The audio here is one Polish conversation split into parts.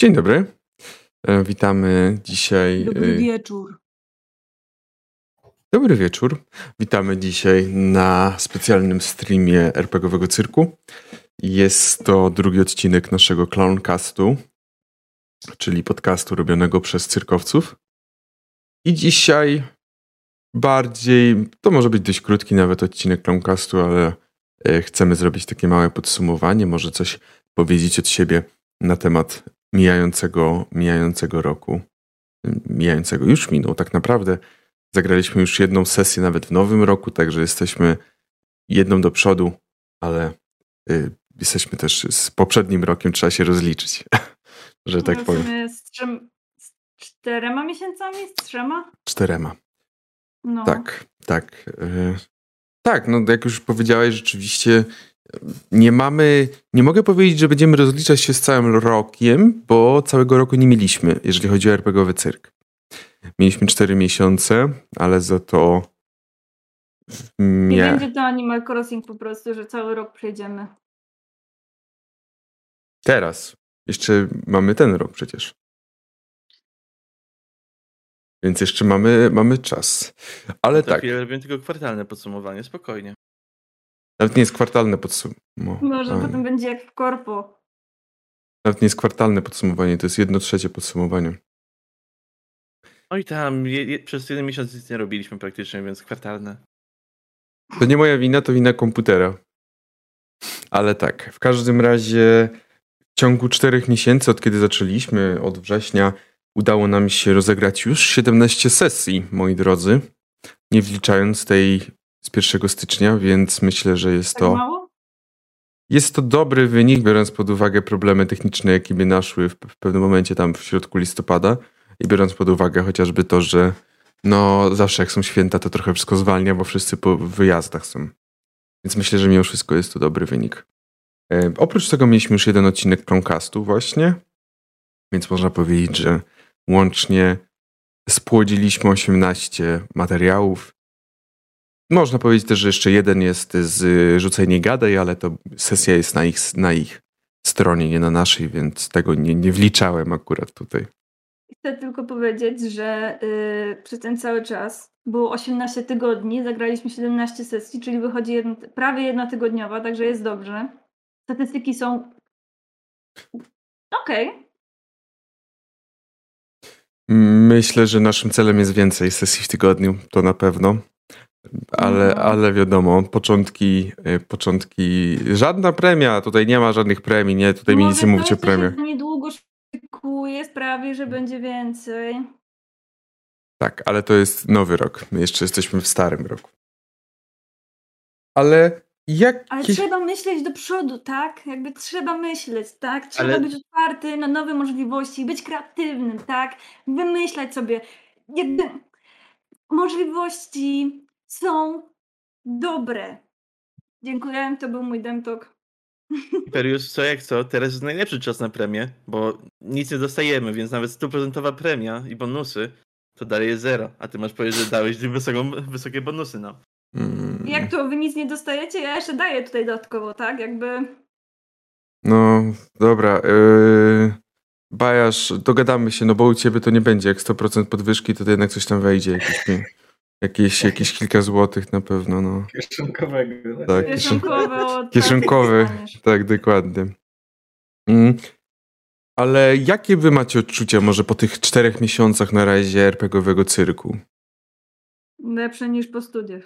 Dzień dobry. Witamy dzisiaj. Dobry wieczór. Dobry wieczór. Witamy dzisiaj na specjalnym streamie RPGowego Cyrku. Jest to drugi odcinek naszego Clowncastu, czyli podcastu robionego przez cyrkowców. I dzisiaj to może być dość krótki nawet odcinek Clowncastu, ale chcemy zrobić takie małe podsumowanie, może coś powiedzieć od siebie na temat mijającego roku. Już minął tak naprawdę. Zagraliśmy już jedną sesję nawet w nowym roku, także jesteśmy jedną do przodu, ale jesteśmy też z poprzednim rokiem, trzeba się rozliczyć, że tak powiem. Z 4 miesiącami? Z 3? 4. No. Tak. Tak, no jak już powiedziałeś, rzeczywiście nie mogę powiedzieć, że będziemy rozliczać się z całym rokiem, bo całego roku nie mieliśmy, jeżeli chodzi o RPGowy cyrk. Mieliśmy 4 miesiące, ale za to nie będzie to Animal Crossing po prostu, że cały rok przejdziemy. Teraz. Jeszcze mamy ten rok przecież. Więc jeszcze mamy czas. Ale tak. Robię tylko kwartalne podsumowanie, spokojnie. Nawet nie jest kwartalne podsumowanie. Może potem będzie jak w korpo. Nawet nie jest kwartalne podsumowanie, to jest 1/3 podsumowania. Oj tam, przez 1 miesiąc nic nie robiliśmy praktycznie, więc kwartalne. To nie moja wina, to wina komputera. Ale tak, w każdym razie w ciągu 4 miesięcy, od kiedy zaczęliśmy, od września, udało nam się rozegrać już 17 sesji, moi drodzy. Nie wliczając tej z 1 stycznia, więc myślę, że jest to... Mało? Jest to dobry wynik, biorąc pod uwagę problemy techniczne, jakie by naszły w pewnym momencie tam w środku listopada i biorąc pod uwagę chociażby to, że zawsze jak są święta, to trochę wszystko zwalnia, bo wszyscy po wyjazdach są. Więc myślę, że mimo wszystko jest to dobry wynik. Oprócz tego mieliśmy już jeden odcinek Clowncastu właśnie, więc można powiedzieć, że łącznie spłodziliśmy 18 materiałów. Można powiedzieć też, że jeszcze jeden jest z Rzucaj nie gadaj, ale to sesja jest na ich stronie, nie na naszej, więc tego nie wliczałem akurat tutaj. Chcę tylko powiedzieć, że przez ten cały czas było 18 tygodni, zagraliśmy 17 sesji, czyli wychodzi prawie jednotygodniowa, także jest dobrze. Statystyki są okej. Myślę, że naszym celem jest więcej sesji w tygodniu, to na pewno. Ale wiadomo, początki, żadna premia, tutaj nie ma żadnych premii, nie, tutaj mi nic nie mówicie o premiach. Niedługo szykuje sprawie, że będzie więcej. Tak, ale to jest nowy rok, my jeszcze jesteśmy w starym roku. Ale trzeba myśleć do przodu, tak? Jakby trzeba myśleć, tak? Trzeba być otwarty na nowe możliwości, być kreatywnym, tak? Wymyślać sobie. Jakby możliwości są dobre. Dziękuję, to był mój demtok. Imperius, co jak co, teraz jest najlepszy czas na premię, bo nic nie dostajemy, więc nawet 100% premia i bonusy to dalej jest 0, a ty masz powiedzieć, że dałeś wysokie bonusy nam. Jak to, wy nic nie dostajecie? Ja jeszcze daję tutaj dodatkowo, tak? Jakby... No, dobra. Bajasz, dogadamy się, no bo u ciebie to nie będzie jak 100% podwyżki, to jednak coś tam wejdzie, jakieś kilka złotych na pewno, no. Kieszonkowego. Tak, kieszonkowy, tak, dokładnie. Ale jakie wy macie odczucia może po tych 4 miesiącach na razie RPGowego cyrku? Lepsze niż po studiach.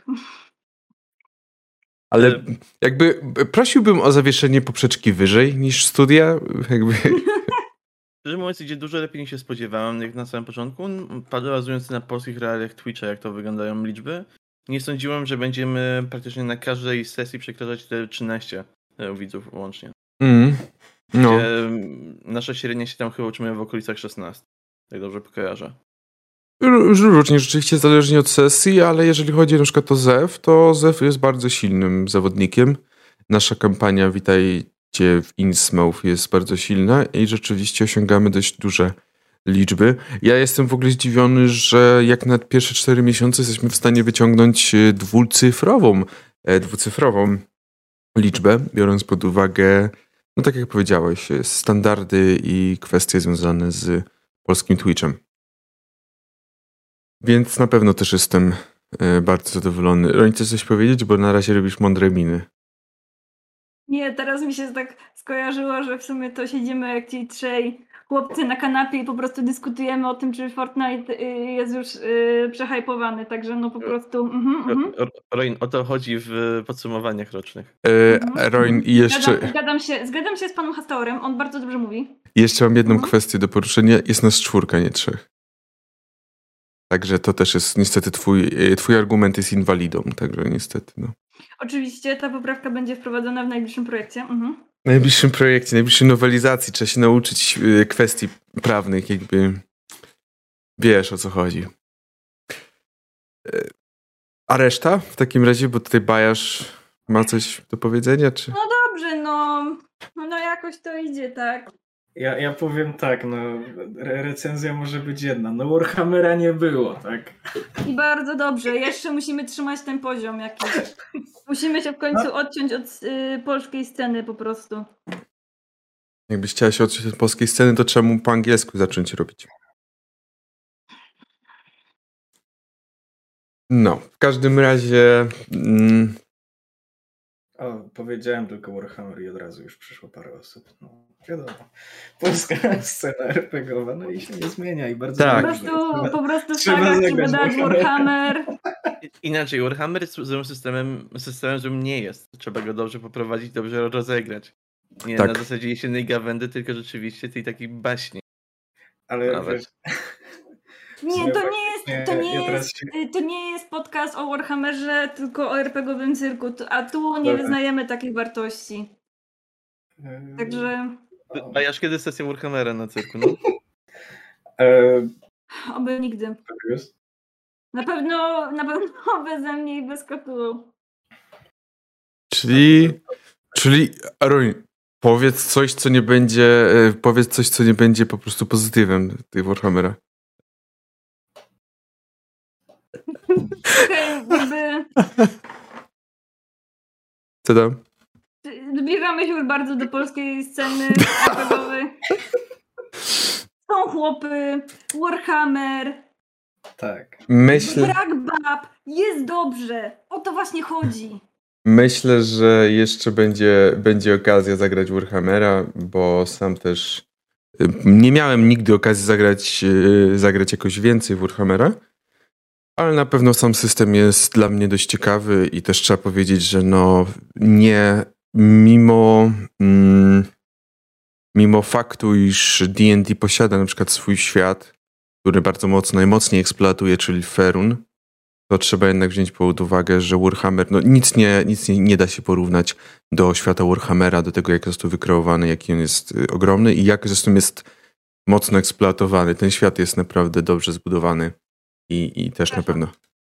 Ale jakby prosiłbym o zawieszenie poprzeczki wyżej niż studia, jakby... Szczerze mówiąc, idzie dużo lepiej niż się spodziewałem, jak na samym początku. Bazując na polskich realiach Twitcha, jak to wyglądają liczby, nie sądziłem, że będziemy praktycznie na każdej sesji przekraczać te 13 widzów łącznie. No. Nasza średnia się tam chyba utrzymuje w okolicach 16. Tak dobrze kojarzę. Różnie, rzeczywiście zależnie od sesji, ale jeżeli chodzi na przykład o ZEW, to ZEW jest bardzo silnym zawodnikiem. Nasza kampania Witajcie w Innsmouth jest bardzo silna i rzeczywiście osiągamy dość duże liczby. Ja jestem w ogóle zdziwiony, że jak na pierwsze 4 miesiące jesteśmy w stanie wyciągnąć dwucyfrową liczbę, biorąc pod uwagę no tak jak powiedziałeś, standardy i kwestie związane z polskim Twitchem. Więc na pewno też jestem bardzo zadowolony. Roni, chcesz coś powiedzieć? Bo na razie robisz mądre miny. Nie, teraz mi się tak skojarzyło, że w sumie to siedzimy jak ci trzej chłopcy na kanapie i po prostu dyskutujemy o tym, czy Fortnite jest już przehypowany, także no po prostu... Roin, o to chodzi w podsumowaniach rocznych. Roin, i jeszcze... Zgadzam się z panem Hastorem, on bardzo dobrze mówi. Jeszcze mam jedną kwestię do poruszenia. Jest nas 4, nie 3. Także to też jest niestety twój argument jest inwalidą, także niestety, no. Oczywiście ta poprawka będzie wprowadzona w najbliższym projekcie. W najbliższym projekcie, najbliższej nowelizacji trzeba się nauczyć kwestii prawnych, jakby wiesz, o co chodzi. A reszta w takim razie, bo tutaj Bajasz ma coś do powiedzenia, czy? No dobrze, no jakoś to idzie, tak. Ja powiem tak, no recenzja może być jedna, no Warhammera nie było, tak? I bardzo dobrze, jeszcze musimy trzymać ten poziom jakiś. Musimy się w końcu odciąć od polskiej sceny po prostu. Jakbyś chciała się odciąć od polskiej sceny, to trzeba mu po angielsku zacząć robić. No, w każdym razie... powiedziałem tylko Warhammer i od razu już przyszło parę osób. No, wiadomo. Polska scena RPGowa, no i się nie zmienia i bardzo tak. Po prostu trzeba dać Warhammer. Inaczej, Warhammer jest złym systemem, złym nie jest. Trzeba go dobrze poprowadzić, dobrze rozegrać. Nie na zasadzie jesiennej gawędy, tylko rzeczywiście tej takiej baśni. Ale nie, to nie jest podcast o Warhammerze, tylko o RPGowym cyrku, a tu nie wyznajemy takich wartości. Także... A aż kiedy sesja Warhammera na cyrku, no? Oby nigdy. Na pewno beze mnie i bez Cthulhu. Czyli Aroń, powiedz coś, co nie będzie po prostu pozytywem tej Warhammera. Co tam? Zbliżamy się już bardzo do polskiej sceny RPGowej. Są chłopy, Warhammer. Tak. Brak bab, jest dobrze. O to właśnie chodzi. Myślę, że jeszcze będzie okazja zagrać Warhammera, bo sam też nie miałem nigdy okazji zagrać jakoś więcej Warhammera, ale na pewno sam system jest dla mnie dość ciekawy i też trzeba powiedzieć, że no nie mimo faktu, iż D&D posiada na przykład swój świat, który bardzo najmocniej eksploatuje, czyli Faerun, to trzeba jednak wziąć pod uwagę, że Warhammer, no nic nie da się porównać do świata Warhammera, do tego, jak został wykreowany, jaki on jest ogromny i jak zresztą jest mocno eksploatowany. Ten świat jest naprawdę dobrze zbudowany i też na pewno.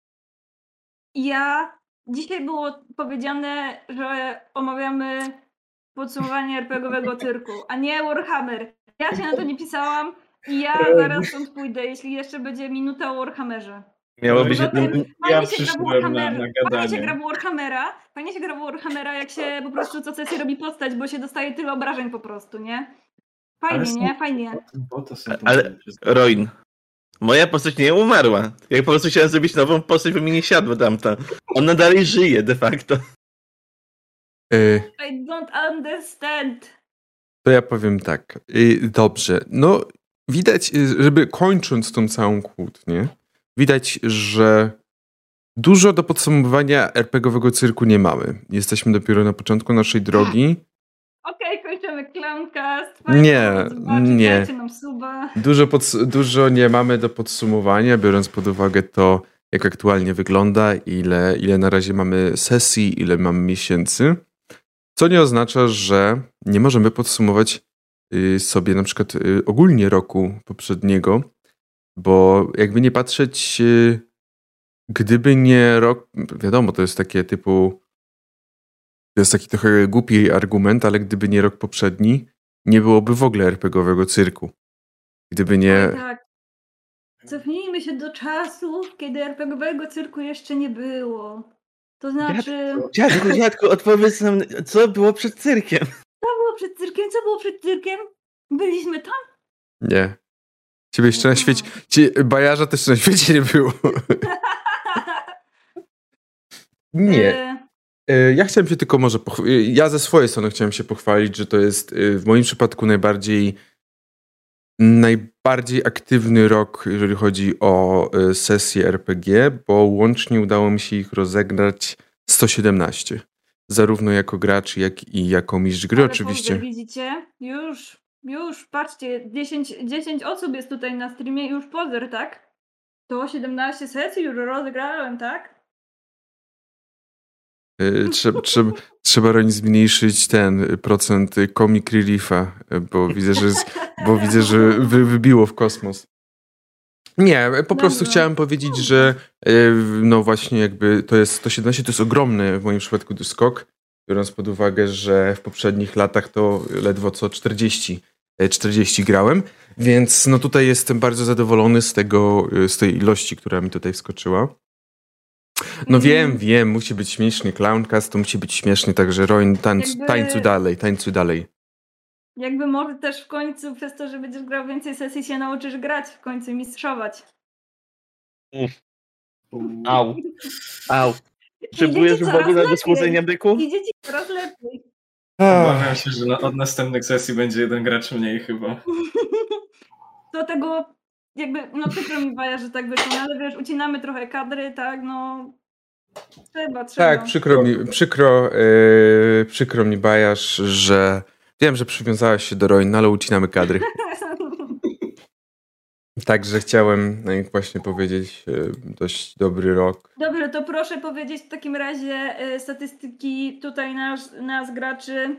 Dzisiaj było powiedziane, że omawiamy podsumowanie RPGowego cyrku, a nie Warhammer. Ja się na to nie pisałam i ja zaraz stąd pójdę, jeśli jeszcze będzie minuta o Warhammerze. Miałoby się... Ja przyszedłem na gadanie. Fajnie się gra w Warhammera, jak się po prostu co sesję robi postać, bo się dostaje tyle obrażeń po prostu, nie? Fajnie, nie? Fajnie. Ale Roin, moja postać nie umarła. Jak po prostu chciałem zrobić nową postać, bo mi nie siadła tamta. Ona dalej żyje de facto. I don't understand. To ja powiem tak. Dobrze. No, widać, żeby kończąc tą całą kłótnię, widać, że dużo do podsumowania RPGowego cyrku nie mamy. Jesteśmy dopiero na początku naszej drogi. Okej, kończymy Clowncast. Nie. Dajcie nam suba. Dużo nie mamy do podsumowania, biorąc pod uwagę to, jak aktualnie wygląda, ile na razie mamy sesji, ile mamy miesięcy. Co nie oznacza, że nie możemy podsumować sobie na przykład ogólnie roku poprzedniego, bo jakby nie patrzeć, gdyby nie rok, wiadomo, to jest takie typu, to jest taki trochę głupi argument, ale gdyby nie rok poprzedni, nie byłoby w ogóle RPGowego cyrku. Gdyby nie... Tak. Cofnijmy się do czasów, kiedy RPGowego cyrku jeszcze nie było. To znaczy... Dziadku, odpowiedz nam, co było przed cyrkiem? To było było przed cyrkiem? Co było przed cyrkiem? Byliśmy tam? Nie. Ciebie jeszcze na świecie... Bajarza też na świecie nie było. Nie. Ja chciałem się tylko może... Ja ze swojej strony chciałem się pochwalić, że to jest w moim przypadku najbardziej aktywny rok, jeżeli chodzi o sesje RPG, bo łącznie udało mi się ich rozegrać 117. Zarówno jako gracz, jak i jako mistrz gry oczywiście. Widzicie? Już, patrzcie, 10 osób jest tutaj na streamie, już pozer, tak? To 17 sesji już rozegrałem, tak? Trzeba Roń zmniejszyć ten procent comic reliefa, bo widzę, że wybiło w kosmos. Nie, po prostu chciałem powiedzieć, że no właśnie jakby to jest 117, to jest ogromny w moim przypadku skok, biorąc pod uwagę, że w poprzednich latach to ledwo co 40 grałem, więc no tutaj jestem bardzo zadowolony z tej ilości, która mi tutaj wskoczyła. No wiem, musi być śmieszny Clowncast, to musi być śmieszny, także Roin, tańcuj dalej. Jakby może też w końcu przez to, że będziesz grał więcej sesji się nauczysz grać w końcu i mistrzować. Au. Potrzebujesz w ogóle do schłodzenia byku? Idzie ci coraz lepiej. Obawiam się, że od następnych sesji będzie jeden gracz mniej chyba. Do tego jakby, no przykro mi Baja, że tak wyszło, ale wiesz, ucinamy trochę kadry, tak, no trzeba. Tak, przykro mi Bajasz, że wiem, że przywiązałaś się do Roin, ale ucinamy kadry. Także chciałem właśnie powiedzieć dość dobry rok. Dobrze, to proszę powiedzieć w takim razie statystyki tutaj nas graczy.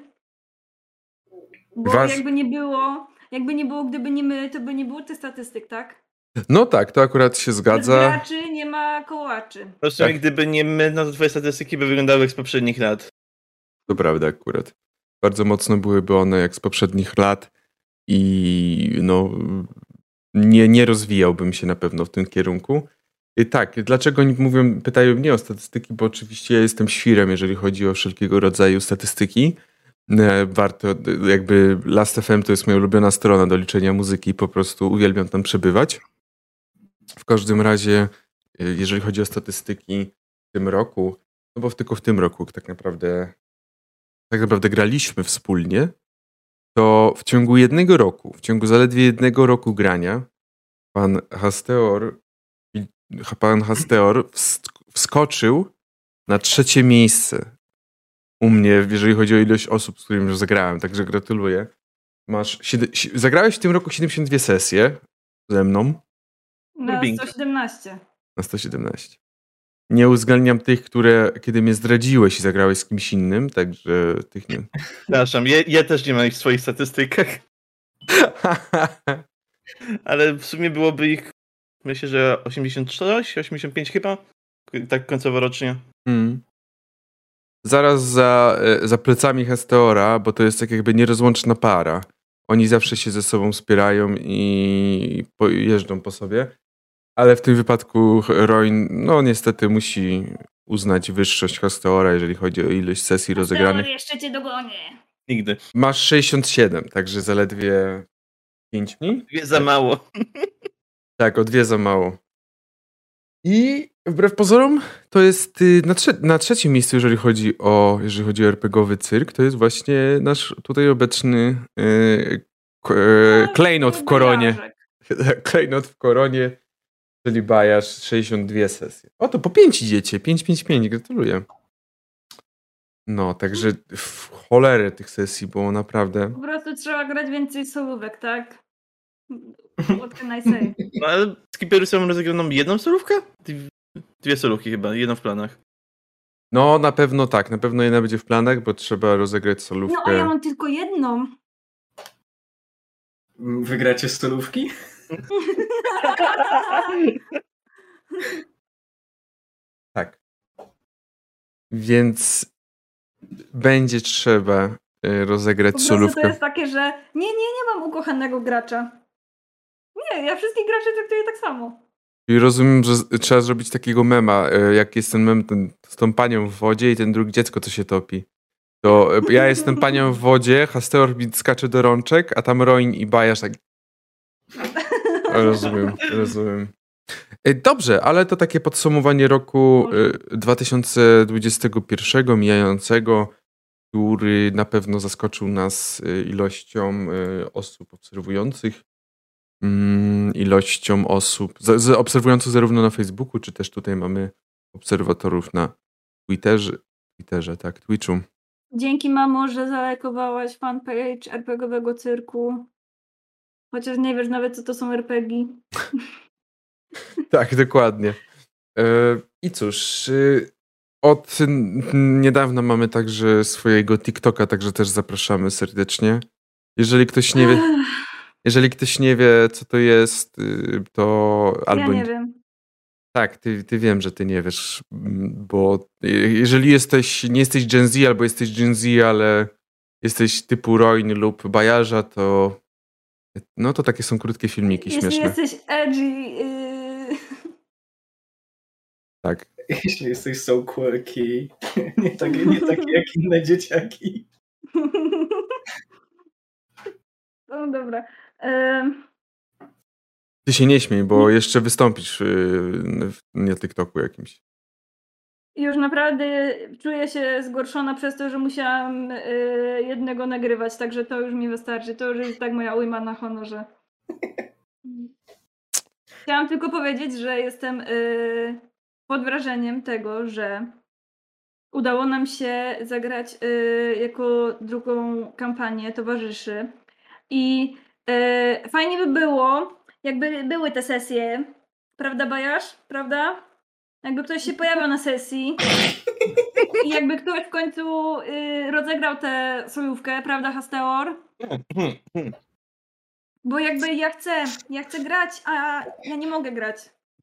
Bo jakby nie było, gdyby nie my, to by nie było tych statystyk, tak? No tak, to akurat się zgadza. Bez graczy nie ma kołaczy. Po prostu tak. Gdyby nie my, no to twoje statystyki by wyglądały jak z poprzednich lat. To prawda akurat. Bardzo mocno byłyby one jak z poprzednich lat i no nie rozwijałbym się na pewno w tym kierunku. I tak, dlaczego pytają mnie o statystyki, bo oczywiście ja jestem świrem, jeżeli chodzi o wszelkiego rodzaju statystyki. Warto, jakby Last.fm to jest moja ulubiona strona do liczenia muzyki, po prostu uwielbiam tam przebywać. W każdym razie, jeżeli chodzi o statystyki w tym roku, no bo tylko w tym roku tak naprawdę graliśmy wspólnie, to w ciągu jednego roku, w ciągu zaledwie jednego roku grania, pan Hasteor wskoczył na 3. miejsce u mnie, jeżeli chodzi o ilość osób, z którymi już zagrałem, także gratuluję. Zagrałeś w tym roku 72 sesje ze mną. Na 117. Na 117. Nie uwzględniam tych, kiedy mnie zdradziłeś i zagrałeś z kimś innym, także tych nie. Przepraszam, ja też nie mam ich w swoich statystykach. Ale w sumie byłoby ich, myślę, że 86, 85 chyba, tak końcowo-rocznie. Zaraz za plecami Hasteora, bo to jest tak jakby nierozłączna para. Oni zawsze się ze sobą wspierają i jeżdżą po sobie. Ale w tym wypadku Roin, no niestety musi uznać wyższość Hasteora, jeżeli chodzi o ilość sesji rozegranych. Hasteor, jeszcze cię dogonię. Nigdy. Masz 67, także zaledwie 5 mniej? 2 za mało. Tak, o 2 za mało. I wbrew pozorom to jest na 3. miejscu, jeżeli chodzi o RPGowy cyrk, to jest właśnie nasz tutaj obecny klejnot w koronie. Klejnot w koronie, czyli Bajasz, 62 sesje. O, to po 5 idziecie, 5, gratuluję. No, także w cholerę tych sesji było naprawdę. Po prostu trzeba grać więcej solówek, tak? What can I say? No, ale Skippery mam rozegraną jedną solówkę? 2 solówki chyba, jedną w planach. No, na pewno tak, na pewno jedna będzie w planach, bo trzeba rozegrać solówkę. No, a ja mam tylko jedną. Wygracie solówki? Tak. Więc będzie trzeba rozegrać solówkę. To jest takie, że nie mam ukochanego gracza. Nie, ja wszystkich graczy traktuję tak samo. I rozumiem, że trzeba zrobić takiego mema, jak jest ten mem z tą panią w wodzie i ten drugi dziecko, co się topi. To ja jestem panią w wodzie, Hasteor mi skacze do rączek, a tam Roin i Bajasz tak... Rozumiem. Dobrze, ale to takie podsumowanie roku 2021 mijającego, który na pewno zaskoczył nas ilością osób obserwujących, ilością osób obserwujących zarówno na Facebooku, czy też tutaj mamy obserwatorów na Twitterze, tak, Twitchu. Dzięki, mamo, że zalajkowałaś fanpage RPGowego cyrku. Chociaż nie wiesz nawet, co to są RPG. Tak, dokładnie. I cóż, od niedawna mamy także swojego TikToka, także też zapraszamy serdecznie. Jeżeli ktoś nie wie, co to jest, to albo... Ja nie wiem. Tak, ty wiem, że ty nie wiesz, bo jeżeli nie jesteś Gen Z, albo jesteś Gen Z, ale jesteś typu Roin lub Bajarza, to no to takie są krótkie filmiki Jeśli śmieszne. jesteś edgy... Tak. Jeśli jesteś so quirky, nie taki jak inne dzieciaki. No dobra. Ty się nie śmiej, bo jeszcze wystąpisz na TikToku jakimś. Już naprawdę czuję się zgorszona przez to, że musiałam jednego nagrywać, także to już mi wystarczy. To już jest tak moja ujma na honorze. Chciałam tylko powiedzieć, że jestem pod wrażeniem tego, że udało nam się zagrać jako drugą kampanię towarzyszy i fajnie by było, jakby były te sesje, prawda Bajasz? Prawda? Jakby ktoś się pojawił na sesji i jakby ktoś w końcu rozegrał tę solówkę, prawda Hasteor? Bo jakby ja chcę grać, a ja nie mogę grać.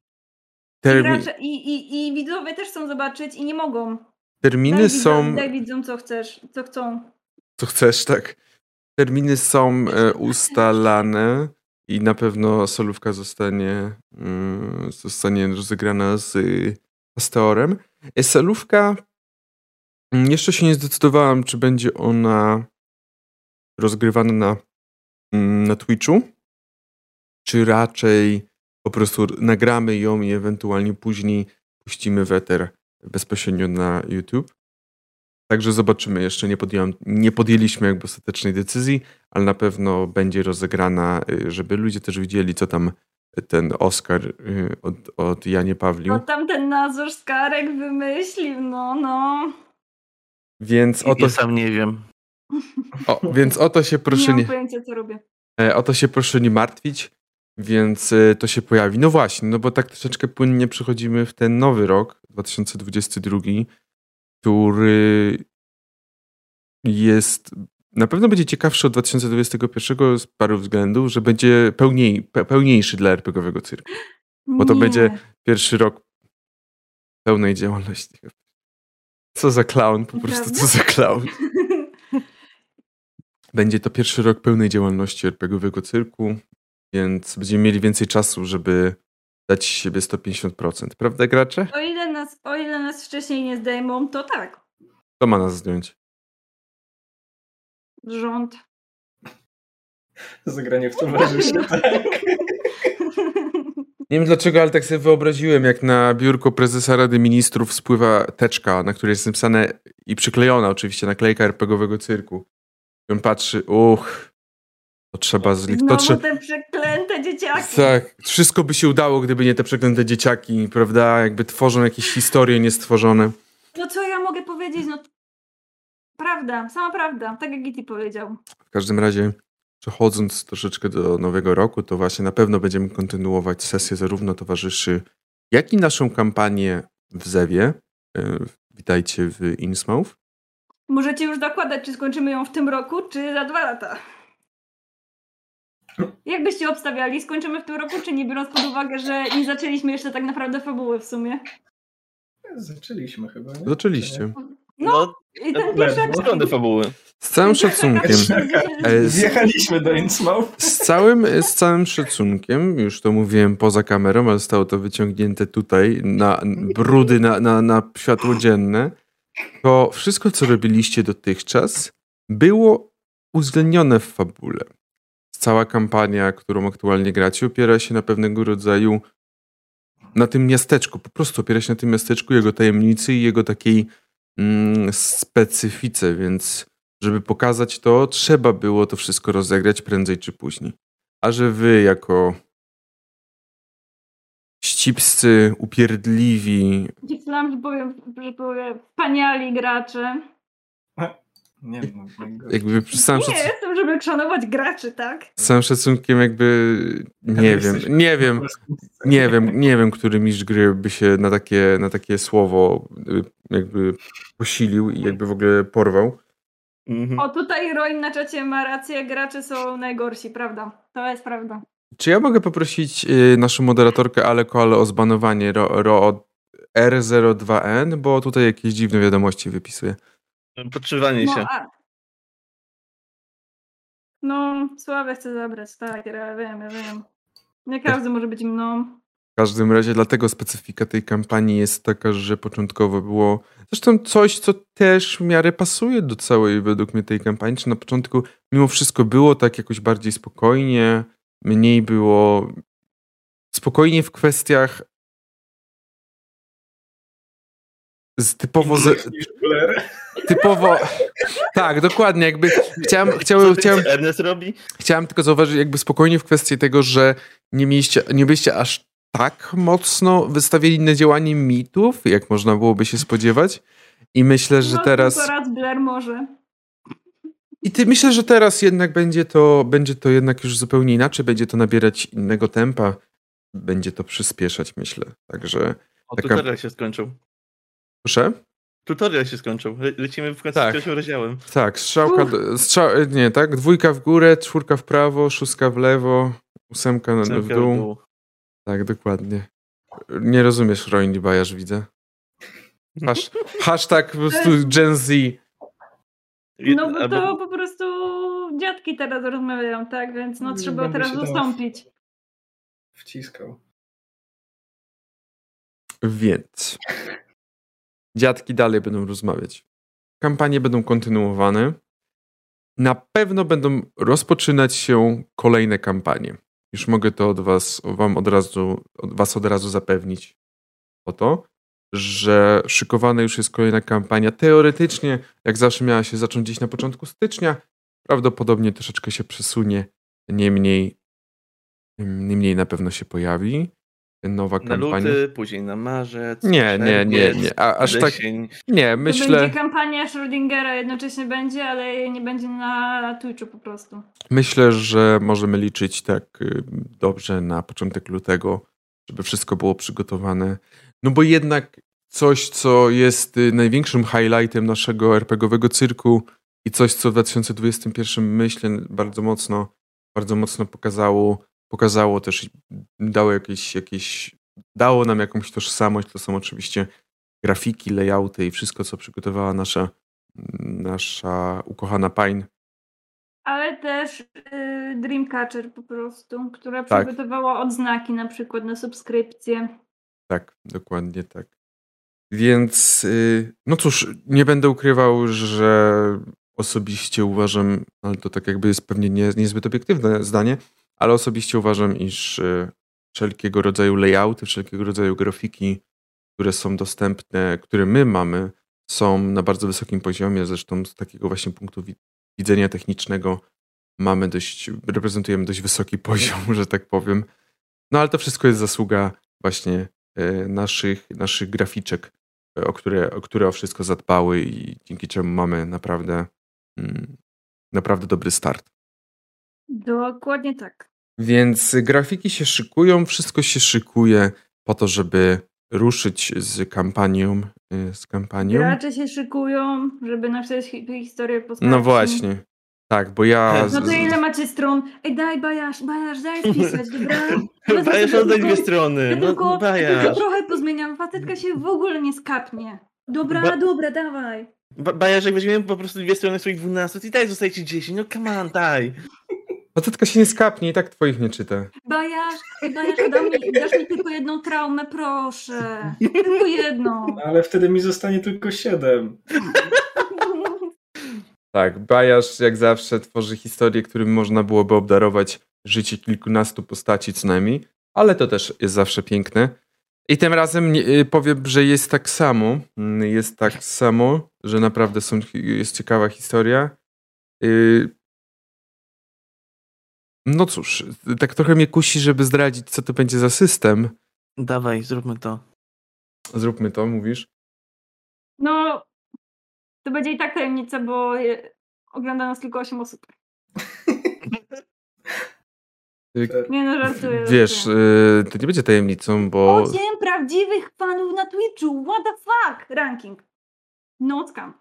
I widzowie też chcą zobaczyć i nie mogą. Terminy są... Daj widzom co chcą. Co chcesz, tak. Terminy są ustalane i na pewno solówka zostanie rozegrana z Hasteorem. Solówka, jeszcze się nie zdecydowałem, czy będzie ona rozgrywana na Twitchu, czy raczej po prostu nagramy ją i ewentualnie później puścimy w eter bezpośrednio na YouTube. Także zobaczymy. Jeszcze nie podjęliśmy jakby ostatecznej decyzji, ale na pewno będzie rozegrana, żeby ludzie też widzieli, co tam ten Oskar od Janie Pawliu. No tam ten Nazor Skarek wymyślił, no. Więc o to... Ja sam nie wiem. Więc o to się proszę nie mam pojęcia, co robię. O to się proszę nie martwić, więc to się pojawi. No właśnie, no bo tak troszeczkę płynnie przechodzimy w ten nowy rok, 2022, który jest, na pewno będzie ciekawszy od 2021 z paru względów, że będzie pełniejszy dla RPGowego cyrku. Bo to będzie pierwszy rok pełnej działalności. Co za clown, po prostu co za clown. Będzie to pierwszy rok pełnej działalności RPGowego cyrku, więc będziemy mieli więcej czasu, żeby dać siebie 150%. Prawda, gracze? O ile nas wcześniej nie zdejmą, to tak. Kto ma nas zdjąć? Rząd. Zagranie w towarzyszy, tak. Nie wiem dlaczego, ale tak sobie wyobraziłem, jak na biurko prezesa Rady Ministrów spływa teczka, na której jest napisane i przyklejona oczywiście naklejka RPGowego cyrku. I on patrzy, to trzeba Znowu te przeklęte dzieciaki. Tak, wszystko by się udało, gdyby nie te przeklęte dzieciaki, prawda? Jakby tworzą jakieś historie niestworzone. No co ja mogę powiedzieć? No prawda, sama prawda, tak jak Giti powiedział. W każdym razie, przechodząc troszeczkę do nowego roku, to właśnie na pewno będziemy kontynuować sesję zarówno towarzyszy, jak i naszą kampanię w Zewie. Witajcie w Innsmouth. Możecie już dokładać, czy skończymy ją w tym roku, czy za 2 lata. Jak byście obstawiali? Skończymy w tym roku, czy nie, biorąc pod uwagę, że nie zaczęliśmy jeszcze tak naprawdę fabuły w sumie? Zaczęliśmy chyba, nie? Zaczęliście. No i ten pierwszy Wygląda fabuły. Z całym szacunkiem. Wjechaliśmy do Innsmouth. Z całym szacunkiem, już to mówiłem poza kamerą, ale zostało to wyciągnięte tutaj, na brudy, na światło dzienne. to wszystko, co robiliście dotychczas, było uwzględnione w fabule. Cała kampania, którą aktualnie gracie, opiera się na pewnego rodzaju na tym miasteczku, po prostu opiera się na tym miasteczku, jego tajemnicy i jego takiej specyfice, więc żeby pokazać to, trzeba było to wszystko rozegrać prędzej czy później. A że wy jako ścipscy, upierdliwi... Myślałam, że powiem wspaniali gracze. Nie no, jakby przy samym Nie jestem, żeby szanować graczy, tak? z całym szacunkiem jakby nie wiem, który mistrz gry by się na takie słowo jakby posilił i jakby w ogóle porwał. O, tutaj Roin na czacie ma rację, gracze są najgorsi, prawda? To jest prawda. Czy ja mogę poprosić naszą moderatorkę Aleko o zbanowanie R02N, bo tutaj jakieś dziwne wiadomości wypisuje. Podszywanie się. No, Sławę chcę zabrać, tak, ja wiem. Nie każdy może być mną. W każdym razie dlatego specyfika tej kampanii jest taka, że początkowo było zresztą coś, co też w miarę pasuje do całej według mnie tej kampanii, czy na początku mimo wszystko było tak jakoś bardziej spokojnie, mniej było spokojnie w kwestiach typowo tak, dokładnie, jakby Ernest robi? Chciałem tylko zauważyć jakby spokojnie w kwestii tego, że nie byliście aż tak mocno wystawieni na działanie mitów, jak można byłoby się spodziewać. I myślę, że teraz... tylko raz Blair może. Myślę, że teraz jednak będzie to jednak już zupełnie inaczej, będzie to nabierać innego tempa, będzie to przyspieszać, myślę. Także... Tutorial się skończył. Proszę? Tutorial się skończył. Lecimy w końcu z pierwszym rozdziałem. Tak, tak? 2 w górę, 4 w prawo, 6 w lewo, 8 w dół. Tak, dokładnie. Nie rozumiesz, Roin Bajarz, widzę. Hashtag po prostu Gen Z. No bo to po prostu dziadki teraz rozmawiają, tak? Więc no trzeba teraz zastąpić. Wciskał. Więc dziadki dalej będą rozmawiać. Kampanie będą kontynuowane. Na pewno będą rozpoczynać się kolejne kampanie. Już mogę to was od razu zapewnić o to, że szykowana już jest kolejna kampania. Teoretycznie, jak zawsze miała się zacząć gdzieś na początku stycznia, prawdopodobnie troszeczkę się przesunie, niemniej na pewno się pojawi nowa kampania. Na luty, później na marzec. Nie. Aż tak. Nie, myślę. To będzie kampania Schrödingera jednocześnie będzie, ale nie będzie na Twitchu po prostu. Myślę, że możemy liczyć tak dobrze na początek lutego, żeby wszystko było przygotowane. No bo jednak coś, co jest największym highlightem naszego RPG-owego cyrku i coś, co w 2021 myślę bardzo mocno pokazało też, dało nam jakąś tożsamość, to są oczywiście grafiki, layouty i wszystko, co przygotowała nasza ukochana Pine. Ale też Dreamcatcher po prostu, która przygotowała odznaki na przykład na subskrypcję. Tak, dokładnie tak. Więc no cóż, nie będę ukrywał, że osobiście uważam, ale to tak jakby jest pewnie niezbyt obiektywne zdanie, ale osobiście uważam, iż wszelkiego rodzaju layouty, wszelkiego rodzaju grafiki, które są dostępne, które my mamy, są na bardzo wysokim poziomie. Zresztą z takiego właśnie punktu widzenia technicznego reprezentujemy dość wysoki poziom, że tak powiem. No ale to wszystko jest zasługa właśnie naszych graficzek, o które o wszystko zadbały i dzięki czemu mamy naprawdę dobry start. Dokładnie tak. Więc grafiki się szykują, wszystko się szykuje po to, żeby ruszyć z kampanią. Gracze się szykują, żeby napisać historię postaci. No właśnie. Tak, bo ja... No to ile macie stron? Ej, daj Bajarz, daj spisać, dobra? Bajarz, oddaj 2 strony. Ja tylko Bajarz. trochę pozmieniam, facetka się w ogóle nie skapnie. Dobra, dawaj. Bajarz, jak weźmiemy po prostu 2 strony swoich 12, to i tak zostaje ci 10, no come on, daj. Facetka się nie skapnie i tak twoich nie czyta. Bajasz, dasz mi tylko jedną traumę, proszę. Tylko jedną. Ale wtedy mi zostanie tylko 7. Tak, Bajasz jak zawsze tworzy historie, którym można byłoby obdarować życie kilkunastu postaci co najmniej, ale to też jest zawsze piękne. I tym razem powiem, że jest tak samo. Jest tak samo, że naprawdę jest ciekawa historia. No cóż, tak trochę mnie kusi, żeby zdradzić, co to będzie za system. Dawaj, zróbmy to. Zróbmy to, mówisz? No, to będzie i tak tajemnica, bo ogląda nas tylko 8 osób. Nie no, żartuję. Wiesz, to nie będzie tajemnicą, bo... 8 prawdziwych fanów na Twitchu, what the fuck? Ranking. No scam.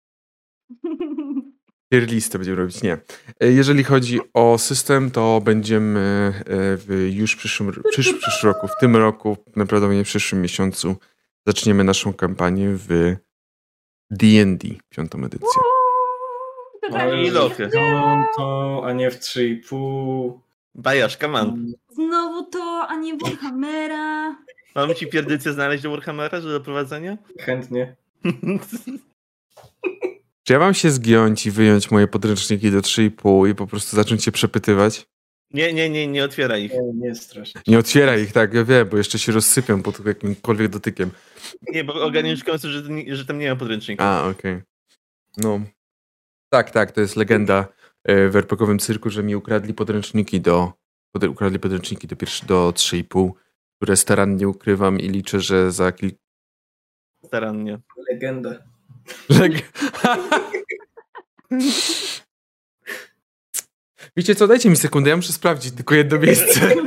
Tier listę będziemy robić, nie. Jeżeli chodzi o system, to będziemy już w przyszłym roku, w tym roku, najprawdopodobniej w przyszłym miesiącu zaczniemy naszą kampanię w D&D, 5. edycję. I lochy. To, a nie w 3,5. Bajasz, come on. Znowu to, a nie Warhammera. Mam ci pierdycję znaleźć do Warhammera, że do prowadzenia? Chętnie. Czy ja mam się zgiąć i wyjąć moje podręczniki do 3,5 i po prostu zacząć się przepytywać? Nie otwieraj ich. Nie strasznie. Nie otwieraj ich, tak, ja wiem, bo jeszcze się rozsypią pod jakimkolwiek dotykiem. Nie, bo ogarniesz w końcu, że tam nie ma podręcznika. A, okej. No. Tak, to jest legenda w RPG-owym cyrku, że mi ukradli podręczniki do 3,5, które starannie ukrywam i liczę, że za Starannie. Legenda. Wiecie co, dajcie mi sekundę, ja muszę sprawdzić tylko jedno miejsce.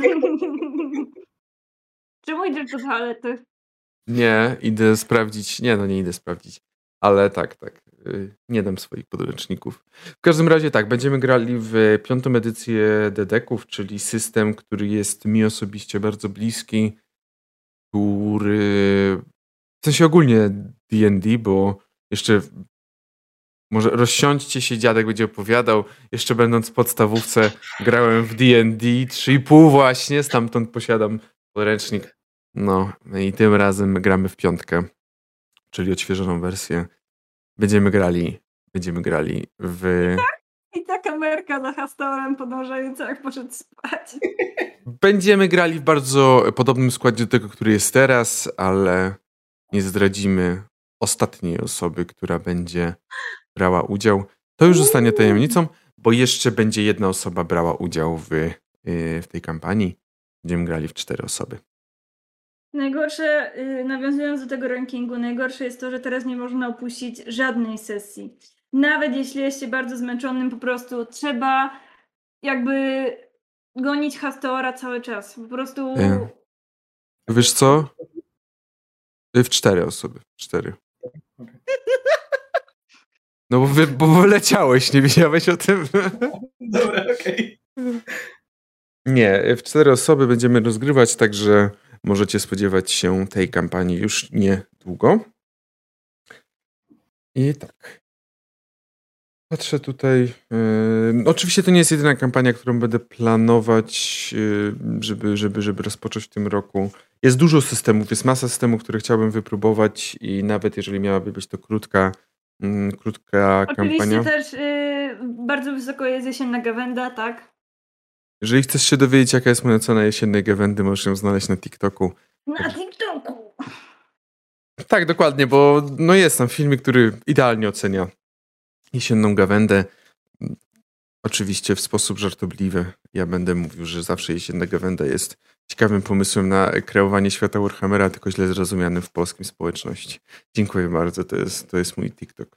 Czemu idziesz do toalety? Nie, idę sprawdzić. Nie idę sprawdzić. Ale tak. Nie dam swoich podręczników. W każdym razie tak, będziemy grali w 5. edycję Dedeków, czyli system, który jest mi osobiście bardzo bliski, który... W sensie ogólnie D&D, bo jeszcze... Może rozsiądźcie się, dziadek będzie opowiadał. Jeszcze będąc w podstawówce grałem w D&D 3,5 właśnie, stamtąd posiadam podręcznik. No i tym razem gramy w 5, czyli odświeżoną wersję. Będziemy grali w... I ta kamerka za Hastorem podążająca jak poszedł spać. Będziemy grali w bardzo podobnym składzie do tego, który jest teraz, ale nie zdradzimy ostatniej osoby, która będzie brała udział. To już zostanie tajemnicą, bo jeszcze będzie jedna osoba brała udział w tej kampanii. Będziemy grali w 4 osoby. Najgorsze, nawiązując do tego rankingu, najgorsze jest to, że teraz nie można opuścić żadnej sesji. Nawet jeśli jest się bardzo zmęczonym, po prostu trzeba jakby gonić Hastora cały czas. Po prostu... Wiesz co? W 4 osoby. 4. No bo wyleciałeś, nie wiedziałeś o tym? Dobra, okej. Nie, w 4 osoby będziemy rozgrywać, także możecie spodziewać się tej kampanii już niedługo. I tak. Patrzę tutaj. Oczywiście to nie jest jedyna kampania, którą będę planować, żeby rozpocząć w tym roku. Jest dużo systemów, jest masa systemów, które chciałbym wypróbować i nawet jeżeli miałaby być to krótka kampania. Oczywiście też bardzo wysoko jest jesienna gawenda, tak? Jeżeli chcesz się dowiedzieć, jaka jest moja cena jesiennej gawędy, możesz ją znaleźć na TikToku. Na TikToku! Tak, dokładnie, bo jest tam filmik, który idealnie ocenia jesienną gawędę. Oczywiście w sposób żartobliwy. Ja będę mówił, że zawsze jesienna gawęda jest ciekawym pomysłem na kreowanie świata Warhammera, tylko źle zrozumianym w polskim społeczności. Dziękuję bardzo, to jest mój TikTok.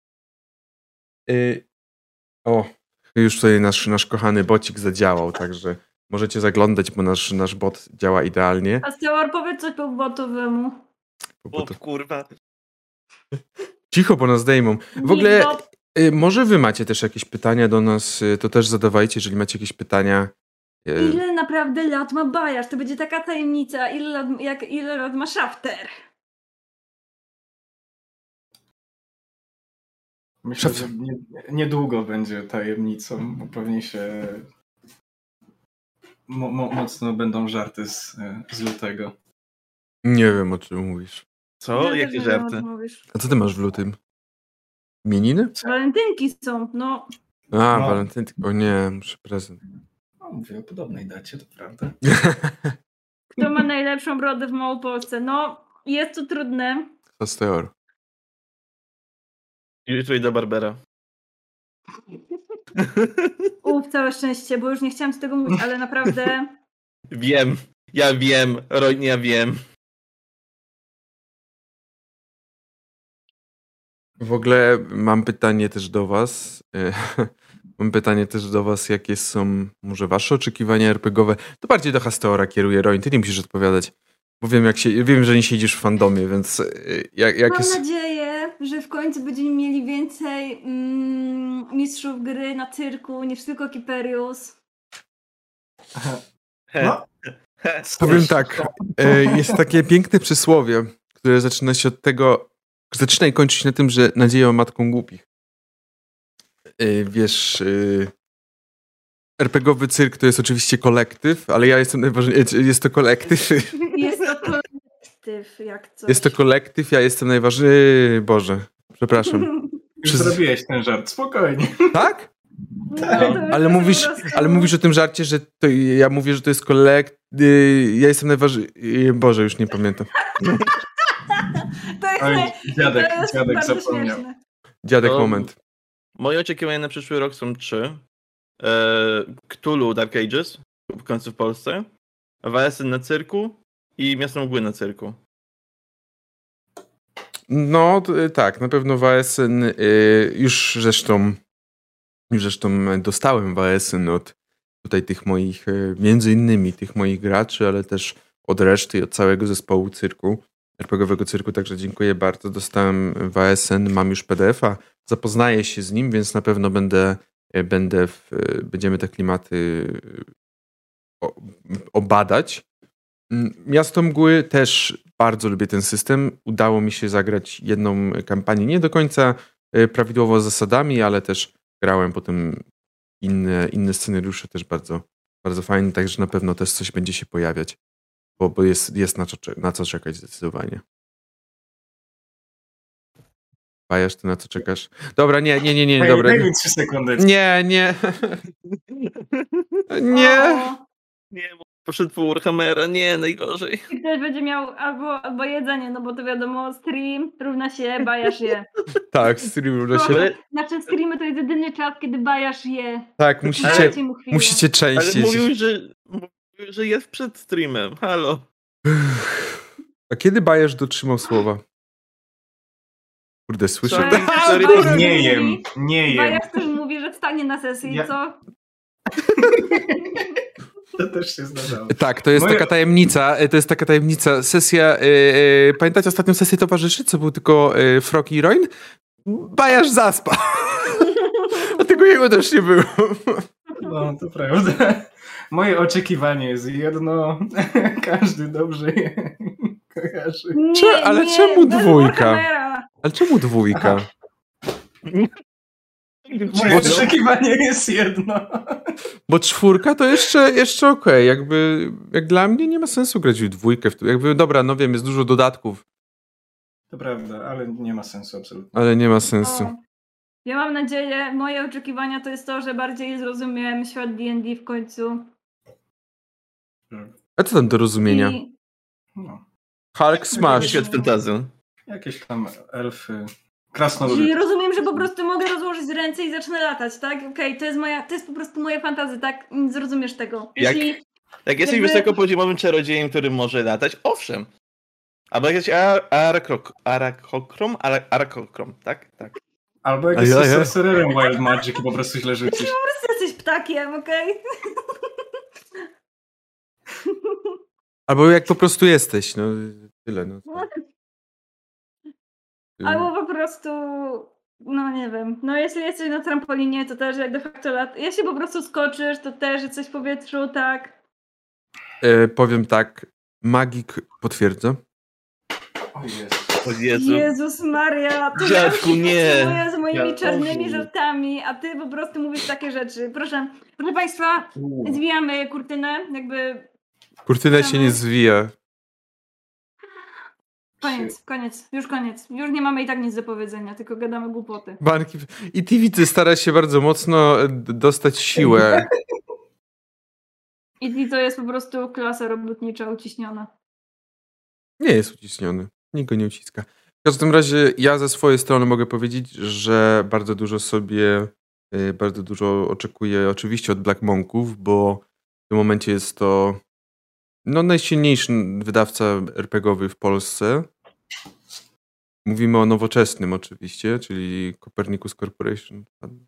Już tutaj nasz kochany bocik zadziałał, także możecie zaglądać, bo nasz bot działa idealnie. Hastor, powiedz coś po botowemu. Kurwa. Cicho, bo nas zdejmą. W ogóle może wy macie też jakieś pytania do nas, to też zadawajcie, jeżeli macie jakieś pytania. Ile naprawdę lat ma Bajasz? To będzie taka tajemnica. Ile lat ma Shafter? Myślę, że niedługo będzie tajemnicą, bo pewnie się mocno będą żarty z lutego. Nie wiem, o czym mówisz. Co? Ja też Jakie nie wiem, o żarty? czym mówisz. A co ty masz w lutym? Imieniny? Walentynki są, no. A, No. walentynki. O nie, muszę prezent. No, mówię o podobnej dacie, to prawda. Kto ma najlepszą brodę w Małopolsce? No, jest to trudne. Pasteor. Jutro idę do Barbera. Całe szczęście, bo już nie chciałam ci tego mówić, ale naprawdę... Wiem. Ja wiem. Roń, ja wiem. W ogóle mam pytanie też do was. Mam pytanie też do was, jakie są może wasze oczekiwania RPGowe. To bardziej do Hasteora kieruję, Roń, ty nie musisz odpowiadać. Bo wiem, że nie siedzisz w fandomie, więc jak Mam jest... nadzieję, że w końcu będziemy mieli więcej mistrzów gry na cyrku niż tylko Kiperius. No. Powiem tak, jest takie piękne przysłowie, które zaczyna się od tego, zaczyna i kończy się na tym, że nadzieją matką głupich. Wiesz, RPGowy cyrk to jest oczywiście kolektyw, ale ja jestem najważniejszy, jest to kolektyw. Jest to kolektyw, jak coś. Jest to kolektyw, ja jestem najważniejszy. Boże, przepraszam. Już zrobiłeś ten żart, spokojnie. Tak? No, Ale mówisz o tym żarcie, że to ja mówię, że to jest kolektyw. Ja jestem najważniejszy. Boże, już nie pamiętam. To jest, Oj, dziadek bardzo zapomniał. śmieszne. Dziadek, To- moment. Moje oczekiwania na przyszły rok są 3. Cthulhu Dark Ages, w końcu w Polsce. WSN na cyrku i Miasto Mgły na cyrku. No tak, na pewno WSN już zresztą dostałem WSN od tutaj tych moich, między innymi tych moich graczy, ale też od reszty i od całego zespołu cyrku, RPGowego cyrku, także dziękuję bardzo. Dostałem WSN, mam już PDF-a, zapoznaję się z nim, więc na pewno będziemy te klimaty obadać. Miasto Mgły też bardzo lubię ten system. Udało mi się zagrać jedną kampanię, nie do końca prawidłowo z zasadami, ale też grałem potem inne scenariusze też bardzo, bardzo fajne, także na pewno też coś będzie się pojawiać, bo jest na co czekać zdecydowanie. Pajasz, ty na co czekasz? Dobra, nie, dobra. Daj mi 3 sekundy. Nie. Nie. O, Nie, bo poszedł po Warhammera, nie, najgorzej. I ktoś będzie miał albo jedzenie, no bo to wiadomo, stream równa się bajasz je. Tak, stream równa się. Ale- Znaczy streamy to jest jedyny czas, kiedy bajasz je. Tak, Dajcie mu chwilę. musicie Ale częściej. mówił, że jest przed streamem. Halo. A kiedy Bajerz dotrzymał słowa? Kurde, słyszę. Sorry. Bajasz Nie mówi- jem, nie jem. Bajasz też mówi, że wstanie na sesji, Ja- co? To też się zdarzało. Tak, to jest Moje- taka tajemnica. Sesja, pamiętacie ostatnią sesję towarzyszy, co był tylko Frog i Roin? Bajarz zaspał. Dlatego jego też nie było. No, to prawda. Moje oczekiwanie jest jedno. Każdy dobrze je kojarzy. Ale nie, czemu bez dwójka? Warhammera. Ale czemu dwójka? Moje oczekiwanie jest jedno. Bo 4 to jeszcze okej. Jak dla mnie nie ma sensu grać w dwójkę. Dobra, no wiem, jest dużo dodatków, To prawda, ale nie ma sensu absolutnie. ale nie ma sensu. O. Ja mam nadzieję, moje oczekiwania to jest to, że bardziej zrozumiem świat D&D w końcu. A co tam do rozumienia? I No. Hulk Smash. Świat fantazy. Jakieś tam elfy, czyli krasnoludy. rozumiem, że po prostu mogę rozłożyć ręce i zacznę latać, tak? Okej, to jest po prostu moje fantazy, tak? Zrozumiesz tego. Jak Jeśli Jak jesteś Jakby- wysokopoziomowym czarodziejem, który może latać, owszem. Albo jak jesteś Arakokrom, tak? Tak. Albo jak Ajaj. jesteś sorcererem Wild Magic i po prostu źle rzucisz. jesteś ptakiem, okej? Albo jak po prostu jesteś, no tyle. No. Albo po prostu, no nie wiem, no jeśli jesteś na trampolinie, to też jak de facto jeśli po prostu skoczysz, to też jesteś w powietrzu, tak? Powiem tak, magik potwierdza. O jest. O Jezu. Jezus Maria, to Dziadku, nie. z moimi Ja- czarnymi żartami, a ty po prostu mówisz takie rzeczy. Proszę Państwa, zwijamy kurtynę, jakby Kurtyna się nie zwija. koniec, już koniec. Już nie mamy i tak nic do powiedzenia, tylko gadamy głupoty. Banki i TV stara się bardzo mocno dostać siłę. I to jest po prostu klasa robotnicza uciśniona. Nie jest uciśniony. Nikt go nie uciska. W każdym razie ja ze swojej strony mogę powiedzieć, że bardzo dużo oczekuję oczywiście od Black Monków, bo w tym momencie jest to najsilniejszy wydawca RPGowy w Polsce. Mówimy o nowoczesnym oczywiście, czyli Copernicus Corporation.